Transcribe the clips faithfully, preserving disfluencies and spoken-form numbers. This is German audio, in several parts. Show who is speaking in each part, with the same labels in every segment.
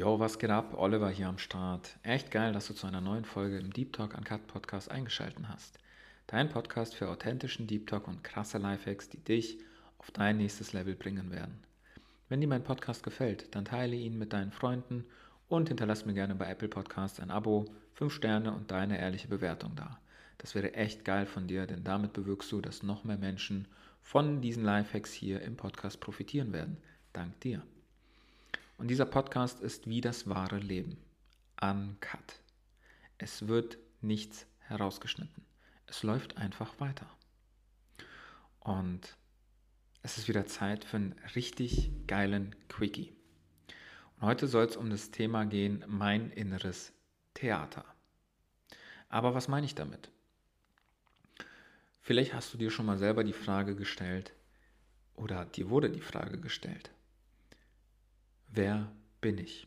Speaker 1: Yo, was geht ab? Oliver hier am Start. Echt geil, dass du zu einer neuen Folge im Deep Talk Uncut Podcast eingeschaltet hast. Dein Podcast für authentischen Deep Talk und krasse Lifehacks, die dich auf dein nächstes Level bringen werden. Wenn dir mein Podcast gefällt, dann teile ihn mit deinen Freunden und hinterlass mir gerne bei Apple Podcasts ein Abo, fünf Sterne und deine ehrliche Bewertung da. Das wäre echt geil von dir, denn damit bewirkst du, dass noch mehr Menschen von diesen Lifehacks hier im Podcast profitieren werden. Dank dir. Und dieser Podcast ist wie das wahre Leben. Uncut. Es wird nichts herausgeschnitten. Es läuft einfach weiter. Und es ist wieder Zeit für einen richtig geilen Quickie. Und heute soll es um das Thema gehen, mein inneres Theater. Aber was meine ich damit? Vielleicht hast du dir schon mal selber die Frage gestellt, oder dir wurde die Frage gestellt: Wer bin ich?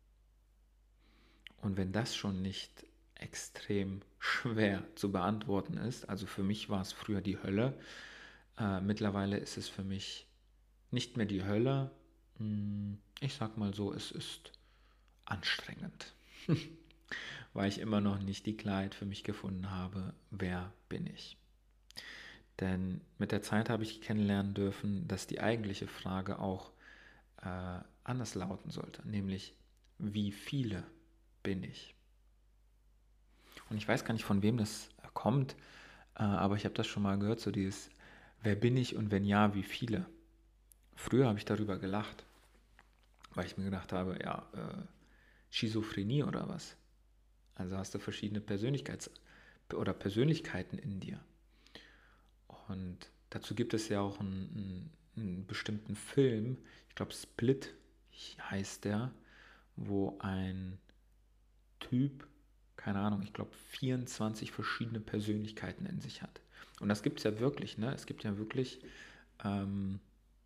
Speaker 1: Und wenn das schon nicht extrem schwer zu beantworten ist, also für mich war es früher die Hölle, äh, mittlerweile ist es für mich nicht mehr die Hölle, ich sag mal so, es ist anstrengend, weil ich immer noch nicht die Klarheit für mich gefunden habe, wer bin ich? Denn mit der Zeit habe ich kennenlernen dürfen, dass die eigentliche Frage auch äh, anders lauten sollte, nämlich wie viele bin ich? Und ich weiß gar nicht, von wem das kommt, äh, aber ich habe das schon mal gehört, so dieses wer bin ich und wenn ja, wie viele? Früher habe ich darüber gelacht, weil ich mir gedacht habe, ja, äh, Schizophrenie oder was? Also hast du verschiedene Persönlichkeits- oder Persönlichkeiten in dir. Und dazu gibt es ja auch einen, einen bestimmten Film, ich glaube Split heißt der, wo ein Typ, keine Ahnung, ich glaube vierundzwanzig verschiedene Persönlichkeiten in sich hat. Und das gibt es ja wirklich, ne? Es gibt ja wirklich, ähm,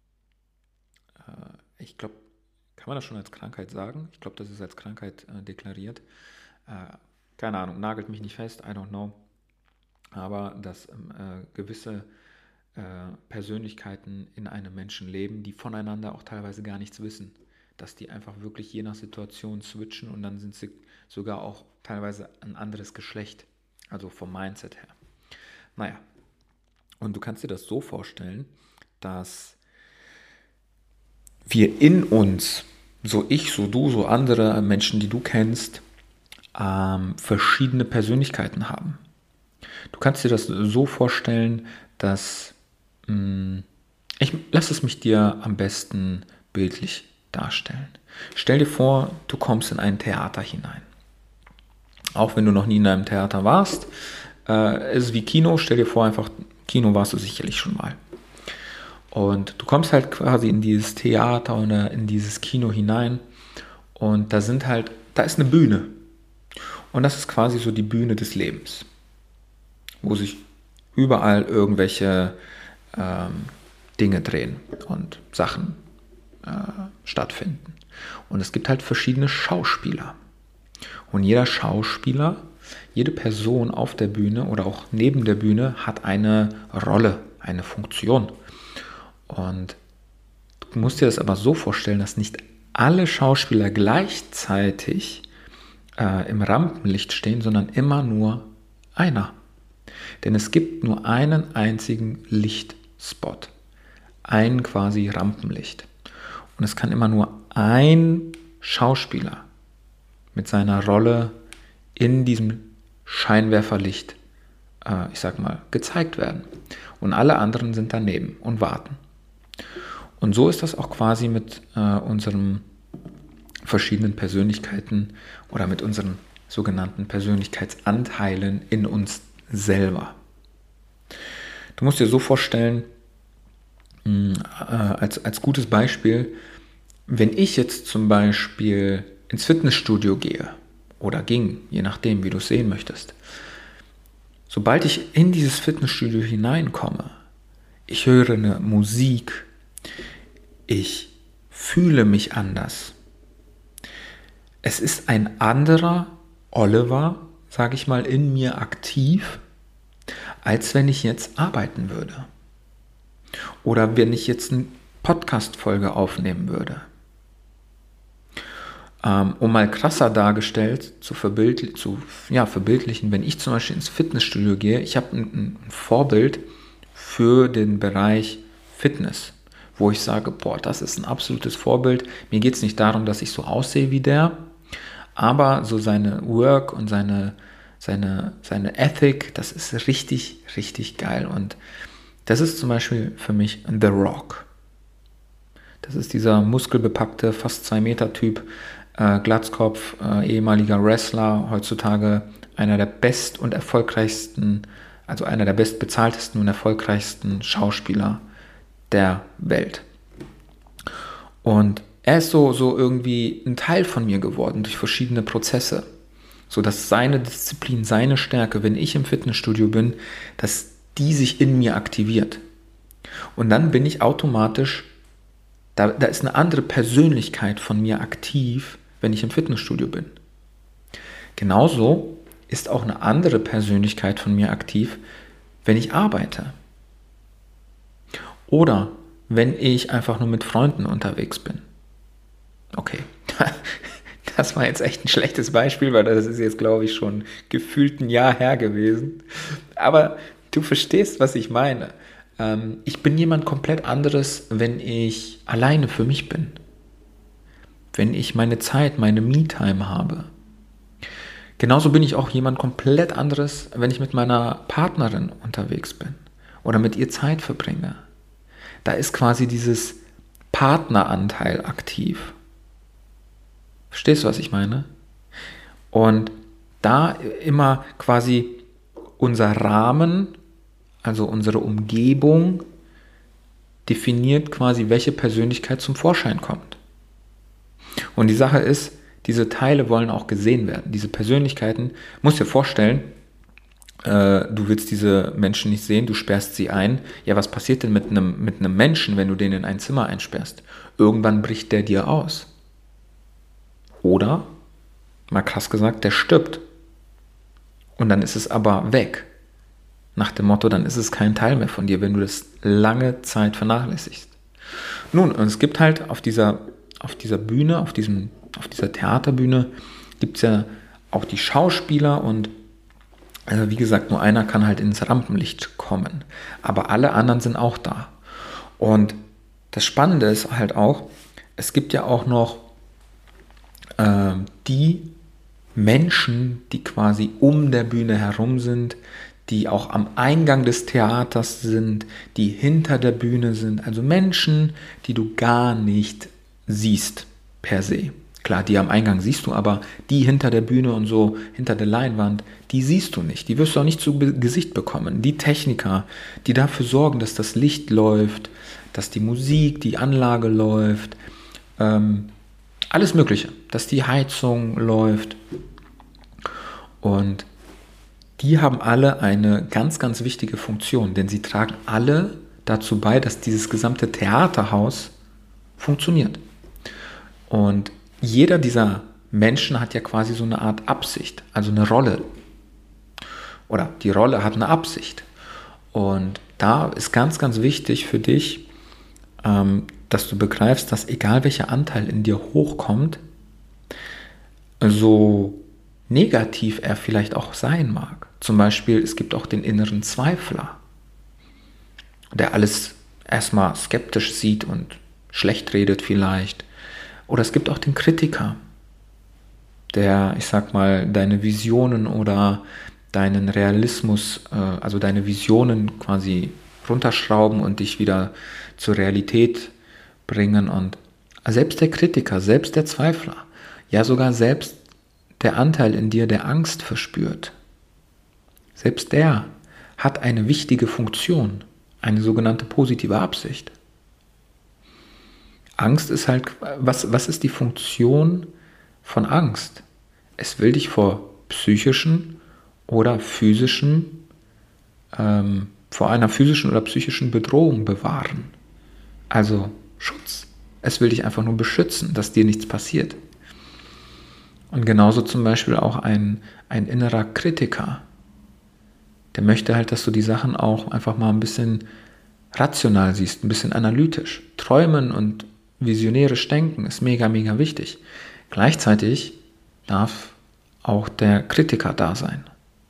Speaker 1: äh, ich glaube, kann man das schon als Krankheit sagen? Ich glaube, das ist als Krankheit äh, deklariert. Äh, keine Ahnung, nagelt mich nicht fest, I don't know. Aber dass äh, gewisse äh, Persönlichkeiten in einem Menschen leben, die voneinander auch teilweise gar nichts wissen. Dass die einfach wirklich je nach Situation switchen und dann sind sie sogar auch teilweise ein anderes Geschlecht. Also vom Mindset her. Naja, und du kannst dir das so vorstellen, dass wir in uns, so ich, so du, so andere Menschen, die du kennst, ähm, verschiedene Persönlichkeiten haben. Du kannst dir das so vorstellen, dass, mh, ich lass es mich dir am besten bildlich darstellen. Stell dir vor, du kommst in ein Theater hinein. Auch wenn du noch nie in einem Theater warst, äh, ist es wie Kino. Stell dir vor, einfach, Kino warst du sicherlich schon mal. Und du kommst halt quasi in dieses Theater oder in dieses Kino hinein und da sind halt, da ist eine Bühne. Und das ist quasi so die Bühne des Lebens, wo sich überall irgendwelche ähm, Dinge drehen und Sachen äh, stattfinden. Und es gibt halt verschiedene Schauspieler. Und jeder Schauspieler, jede Person auf der Bühne oder auch neben der Bühne hat eine Rolle, eine Funktion. Und du musst dir das aber so vorstellen, dass nicht alle Schauspieler gleichzeitig äh, im Rampenlicht stehen, sondern immer nur einer. Denn es gibt nur einen einzigen Lichtspot, ein quasi Rampenlicht. Und es kann immer nur ein Schauspieler mit seiner Rolle in diesem Scheinwerferlicht, äh, ich sag mal, gezeigt werden. Und alle anderen sind daneben und warten. Und so ist das auch quasi mit äh, unseren verschiedenen Persönlichkeiten oder mit unseren sogenannten Persönlichkeitsanteilen in uns selber. Du musst dir so vorstellen, mh, äh, als, als gutes Beispiel, wenn ich jetzt zum Beispiel ins Fitnessstudio gehe oder ging, je nachdem, wie du es sehen möchtest, sobald ich in dieses Fitnessstudio hineinkomme, ich höre eine Musik, ich fühle mich anders. Es ist ein anderer Oliver, sage ich mal, in mir aktiv, als wenn ich jetzt arbeiten würde. Oder wenn ich jetzt eine Podcast-Folge aufnehmen würde. Ähm, um mal krasser dargestellt zu, verbild, zu ja, verbildlichen, wenn ich zum Beispiel ins Fitnessstudio gehe, ich habe ein, ein Vorbild für den Bereich Fitness, wo ich sage, boah, das ist ein absolutes Vorbild. Mir geht es nicht darum, dass ich so aussehe wie der, aber so seine Work und seine, seine, seine Ethic, das ist richtig, richtig geil. Und das ist zum Beispiel für mich The Rock. Das ist dieser muskelbepackte, fast zwei Meter Typ, äh, Glatzkopf, äh, ehemaliger Wrestler, heutzutage einer der best und erfolgreichsten, also einer der bestbezahltesten und erfolgreichsten Schauspieler der Welt. Und er ist so, so irgendwie ein Teil von mir geworden durch verschiedene Prozesse, sodass seine Disziplin, seine Stärke, wenn ich im Fitnessstudio bin, dass die sich in mir aktiviert. Und dann bin ich automatisch, da, da ist eine andere Persönlichkeit von mir aktiv, wenn ich im Fitnessstudio bin. Genauso ist auch eine andere Persönlichkeit von mir aktiv, wenn ich arbeite. Oder wenn ich einfach nur mit Freunden unterwegs bin. Okay, das war jetzt echt ein schlechtes Beispiel, weil das ist jetzt, glaube ich, schon gefühlt ein Jahr her gewesen. Aber du verstehst, was ich meine. Ähm, ich bin jemand komplett anderes, wenn ich alleine für mich bin. Wenn ich meine Zeit, meine Me-Time habe. Genauso bin ich auch jemand komplett anderes, wenn ich mit meiner Partnerin unterwegs bin oder mit ihr Zeit verbringe. Da ist quasi dieses Partneranteil aktiv. Verstehst du, was ich meine? Und da immer quasi unser Rahmen, also unsere Umgebung, definiert quasi, welche Persönlichkeit zum Vorschein kommt. Und die Sache ist, diese Teile wollen auch gesehen werden. Diese Persönlichkeiten, musst dir vorstellen, äh, du willst diese Menschen nicht sehen, du sperrst sie ein. Ja, was passiert denn mit einem, mit einem Menschen, wenn du den in ein Zimmer einsperrst? Irgendwann bricht der dir aus. Oder, mal krass gesagt, der stirbt. Und dann ist es aber weg. Nach dem Motto, dann ist es kein Teil mehr von dir, wenn du das lange Zeit vernachlässigst. Nun, und es gibt halt auf dieser, auf dieser Bühne, auf, diesem, auf dieser Theaterbühne, gibt es ja auch die Schauspieler und also wie gesagt, nur einer kann halt ins Rampenlicht kommen. Aber alle anderen sind auch da. Und das Spannende ist halt auch, es gibt ja auch noch äh, die Menschen, die quasi um der Bühne herum sind, die auch am Eingang des Theaters sind, die hinter der Bühne sind. Also Menschen, die du gar nicht siehst per se. Klar, die am Eingang siehst du, aber die hinter der Bühne und so, hinter der Leinwand, die siehst du nicht. Die wirst du auch nicht zu Gesicht bekommen. Die Techniker, die dafür sorgen, dass das Licht läuft, dass die Musik, die Anlage läuft, ähm, alles Mögliche, dass die Heizung läuft. Und die haben alle eine ganz, ganz wichtige Funktion, denn sie tragen alle dazu bei, dass dieses gesamte Theaterhaus funktioniert. Und jeder dieser Menschen hat ja quasi so eine Art Absicht, also eine Rolle. Oder die Rolle hat eine Absicht. Und da ist ganz, ganz wichtig für dich, ähm, dass du begreifst, dass egal welcher Anteil in dir hochkommt, so negativ er vielleicht auch sein mag. Zum Beispiel, es gibt auch den inneren Zweifler, der alles erstmal skeptisch sieht und schlecht redet vielleicht. Oder es gibt auch den Kritiker, der, ich sag mal, deine Visionen oder deinen Realismus, äh, also deine Visionen quasi runterschrauben und dich wieder zur Realität bringen. Und selbst der Kritiker, selbst der Zweifler, ja sogar selbst der Anteil in dir, der Angst verspürt, selbst der hat eine wichtige Funktion, eine sogenannte positive Absicht. Angst ist halt, was, was ist die Funktion von Angst? Es will dich vor psychischen oder physischen, ähm, vor einer physischen oder psychischen Bedrohung bewahren. Also Schutz. Es will dich einfach nur beschützen, dass dir nichts passiert. Und genauso zum Beispiel auch ein, ein innerer Kritiker. Der möchte halt, dass du die Sachen auch einfach mal ein bisschen rational siehst, ein bisschen analytisch. Träumen und visionärisch denken ist mega, mega wichtig. Gleichzeitig darf auch der Kritiker da sein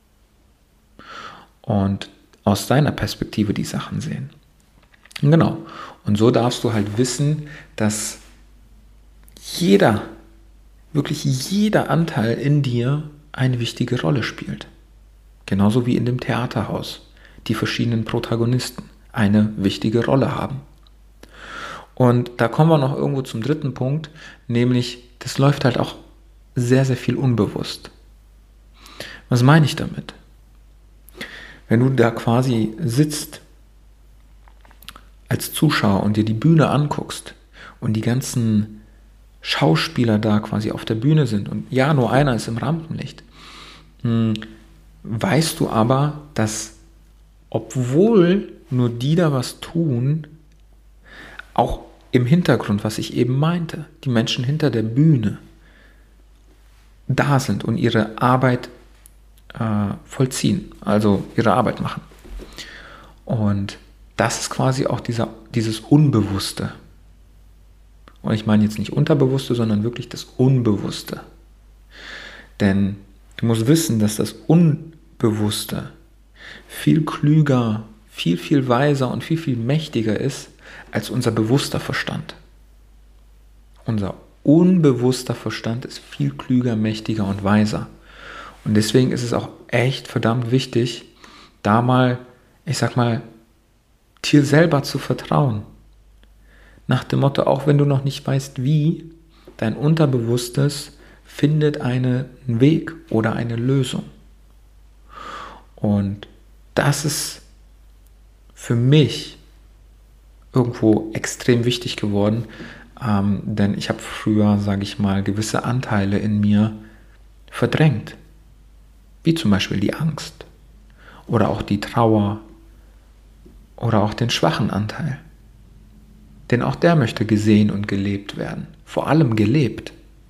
Speaker 1: und aus seiner Perspektive die Sachen sehen. Genau. Und so darfst du halt wissen, dass jeder, wirklich jeder Anteil in dir eine wichtige Rolle spielt. Genauso wie in dem Theaterhaus die verschiedenen Protagonisten eine wichtige Rolle haben. Und da kommen wir noch irgendwo zum dritten Punkt, nämlich das läuft halt auch sehr, sehr viel unbewusst. Was meine ich damit? Wenn du da quasi sitzt als Zuschauer und dir die Bühne anguckst und die ganzen Schauspieler da quasi auf der Bühne sind und ja, nur einer ist im Rampenlicht, hm, weißt du aber, dass obwohl nur die da was tun, auch im Hintergrund, was ich eben meinte, die Menschen hinter der Bühne da sind und ihre Arbeit äh, vollziehen, also ihre Arbeit machen. Und das ist quasi auch dieser, dieses Unbewusste. Und ich meine jetzt nicht Unterbewusste, sondern wirklich das Unbewusste. Denn du musst wissen, dass das Unbewusste viel klüger, viel, viel weiser und viel, viel mächtiger ist als unser bewusster Verstand. Unser unbewusster Verstand ist viel klüger, mächtiger und weiser. Und deswegen ist es auch echt verdammt wichtig, da mal, ich sag mal, dir selber zu vertrauen. Nach dem Motto, auch wenn du noch nicht weißt, wie, dein Unterbewusstes findet einen Weg oder eine Lösung. Und das ist für mich irgendwo extrem wichtig geworden, ähm, denn ich habe früher, sage ich mal, gewisse Anteile in mir verdrängt, wie zum Beispiel die Angst oder auch die Trauer oder auch den schwachen Anteil. Denn auch der möchte gesehen und gelebt werden, vor allem gelebt.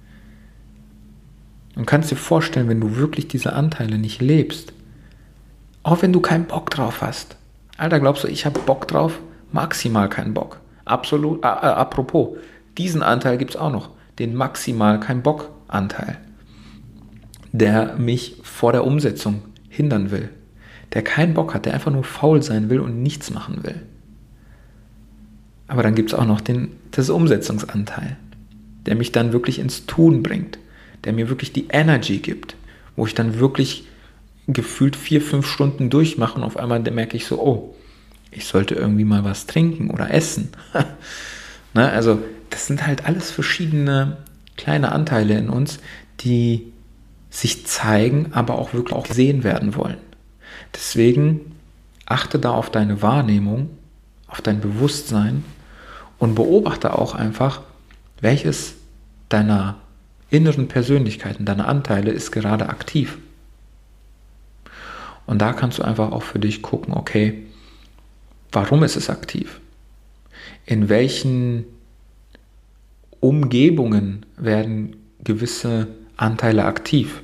Speaker 1: Und kannst dir vorstellen, wenn du wirklich diese Anteile nicht lebst, auch wenn du keinen Bock drauf hast. Alter, glaubst du, ich habe Bock drauf? Maximal keinen Bock. Absolut. Äh, äh, apropos, diesen Anteil gibt es auch noch, den maximal kein Bock-Anteil, der mich vor der Umsetzung hindern will, der keinen Bock hat, der einfach nur faul sein will und nichts machen will. Aber dann gibt es auch noch den, das Umsetzungsanteil, der mich dann wirklich ins Tun bringt, der mir wirklich die Energy gibt, wo ich dann wirklich gefühlt vier, fünf Stunden durchmache und auf einmal merke ich so, oh, ich sollte irgendwie mal was trinken oder essen. Ne, also das sind halt alles verschiedene kleine Anteile in uns, die sich zeigen, aber auch wirklich auch gesehen werden wollen. Deswegen achte da auf deine Wahrnehmung, auf dein Bewusstsein und beobachte auch einfach, welches deiner inneren Persönlichkeiten, deiner Anteile ist gerade aktiv. Und da kannst du einfach auch für dich gucken, okay, warum ist es aktiv? In welchen Umgebungen werden gewisse Anteile aktiv?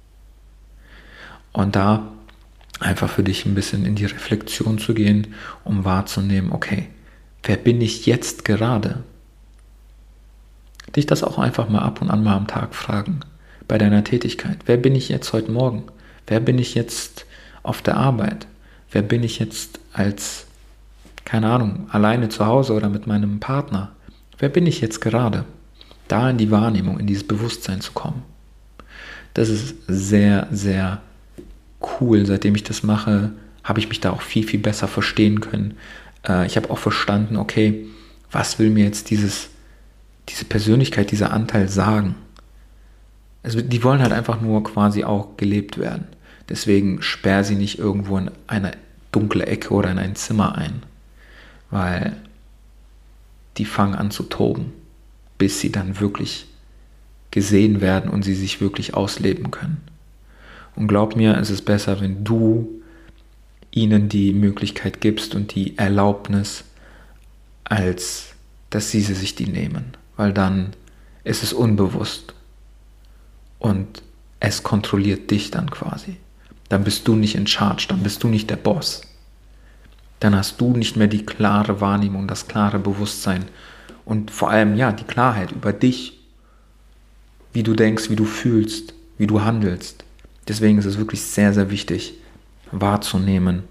Speaker 1: Und da einfach für dich ein bisschen in die Reflexion zu gehen, um wahrzunehmen, okay, wer bin ich jetzt gerade? Dich das auch einfach mal ab und an mal am Tag fragen, bei deiner Tätigkeit. Wer bin ich jetzt heute Morgen? Wer bin ich jetzt auf der Arbeit? Wer bin ich jetzt als, keine Ahnung, alleine zu Hause oder mit meinem Partner? Wer bin ich jetzt gerade? Da in die Wahrnehmung, in dieses Bewusstsein zu kommen. Das ist sehr, sehr cool. Seitdem ich das mache, habe ich mich da auch viel, viel besser verstehen können. Äh, ich habe auch verstanden, okay, was will mir jetzt dieses, diese Persönlichkeit, dieser Anteil sagen? Also die wollen halt einfach nur quasi auch gelebt werden. Deswegen sperr sie nicht irgendwo in eine dunkle Ecke oder in ein Zimmer ein, weil die fangen an zu toben, bis sie dann wirklich gesehen werden und sie sich wirklich ausleben können. Und glaub mir, es ist besser, wenn du ihnen die Möglichkeit gibst und die Erlaubnis, als dass sie sich die nehmen, weil dann ist es unbewusst und es kontrolliert dich dann quasi. Dann bist du nicht in charge, dann bist du nicht der Boss. Dann hast du nicht mehr die klare Wahrnehmung, das klare Bewusstsein und vor allem, ja, die Klarheit über dich wie du denkst, wie du fühlst, wie du handelst. Deswegen ist es wirklich sehr, sehr wichtig, wahrzunehmen,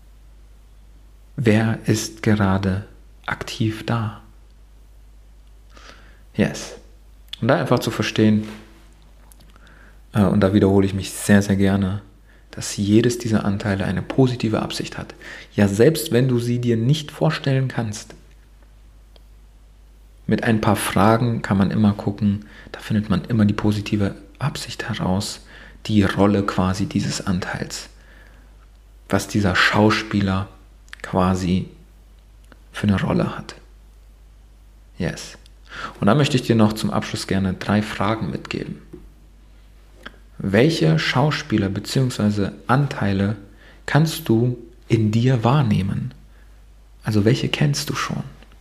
Speaker 1: wer ist gerade aktiv da. Yes. Und da einfach zu verstehen, äh, und da wiederhole ich mich sehr, sehr gerne, dass jedes dieser Anteile eine positive Absicht hat. Ja, selbst wenn du sie dir nicht vorstellen kannst. Mit ein paar Fragen kann man immer gucken, da findet man immer die positive Absicht heraus, die Rolle quasi dieses Anteils, was dieser Schauspieler quasi für eine Rolle hat. Yes. Und dann möchte ich dir noch zum Abschluss gerne drei Fragen mitgeben. Welche Schauspieler bzw. Anteile kannst du in dir wahrnehmen? Also welche kennst du schon?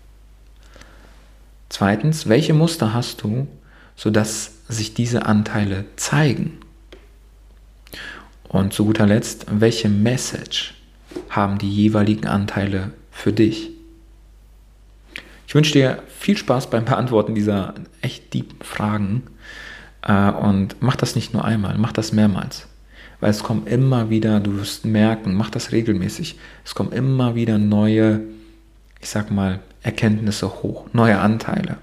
Speaker 1: Zweitens, welche Muster hast du, sodass sich diese Anteile zeigen? Und zu guter Letzt, welche Message haben die jeweiligen Anteile für dich? Ich wünsche dir viel Spaß beim Beantworten dieser echt tiefen Fragen äh, und mach das nicht nur einmal, mach das mehrmals. Weil es kommen immer wieder, du wirst merken, mach das regelmäßig, es kommen immer wieder neue, ich sag mal, Erkenntnisse hoch, neue Anteile.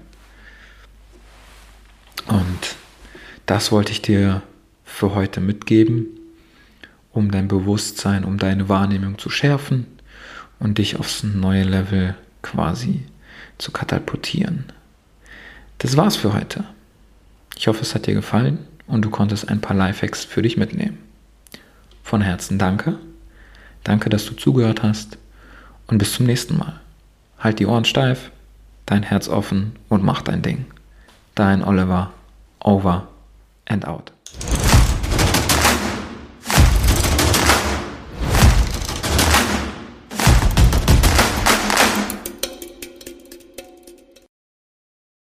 Speaker 1: Und das wollte ich dir für heute mitgeben, um dein Bewusstsein, um deine Wahrnehmung zu schärfen und dich aufs neue Level quasi zu katapultieren. Das war's für heute. Ich hoffe, es hat dir gefallen und du konntest ein paar Lifehacks für dich mitnehmen. Von Herzen danke. Danke, dass du zugehört hast und bis zum nächsten Mal. Halt die Ohren steif, dein Herz offen und mach dein Ding. Dein Oliver, over and out.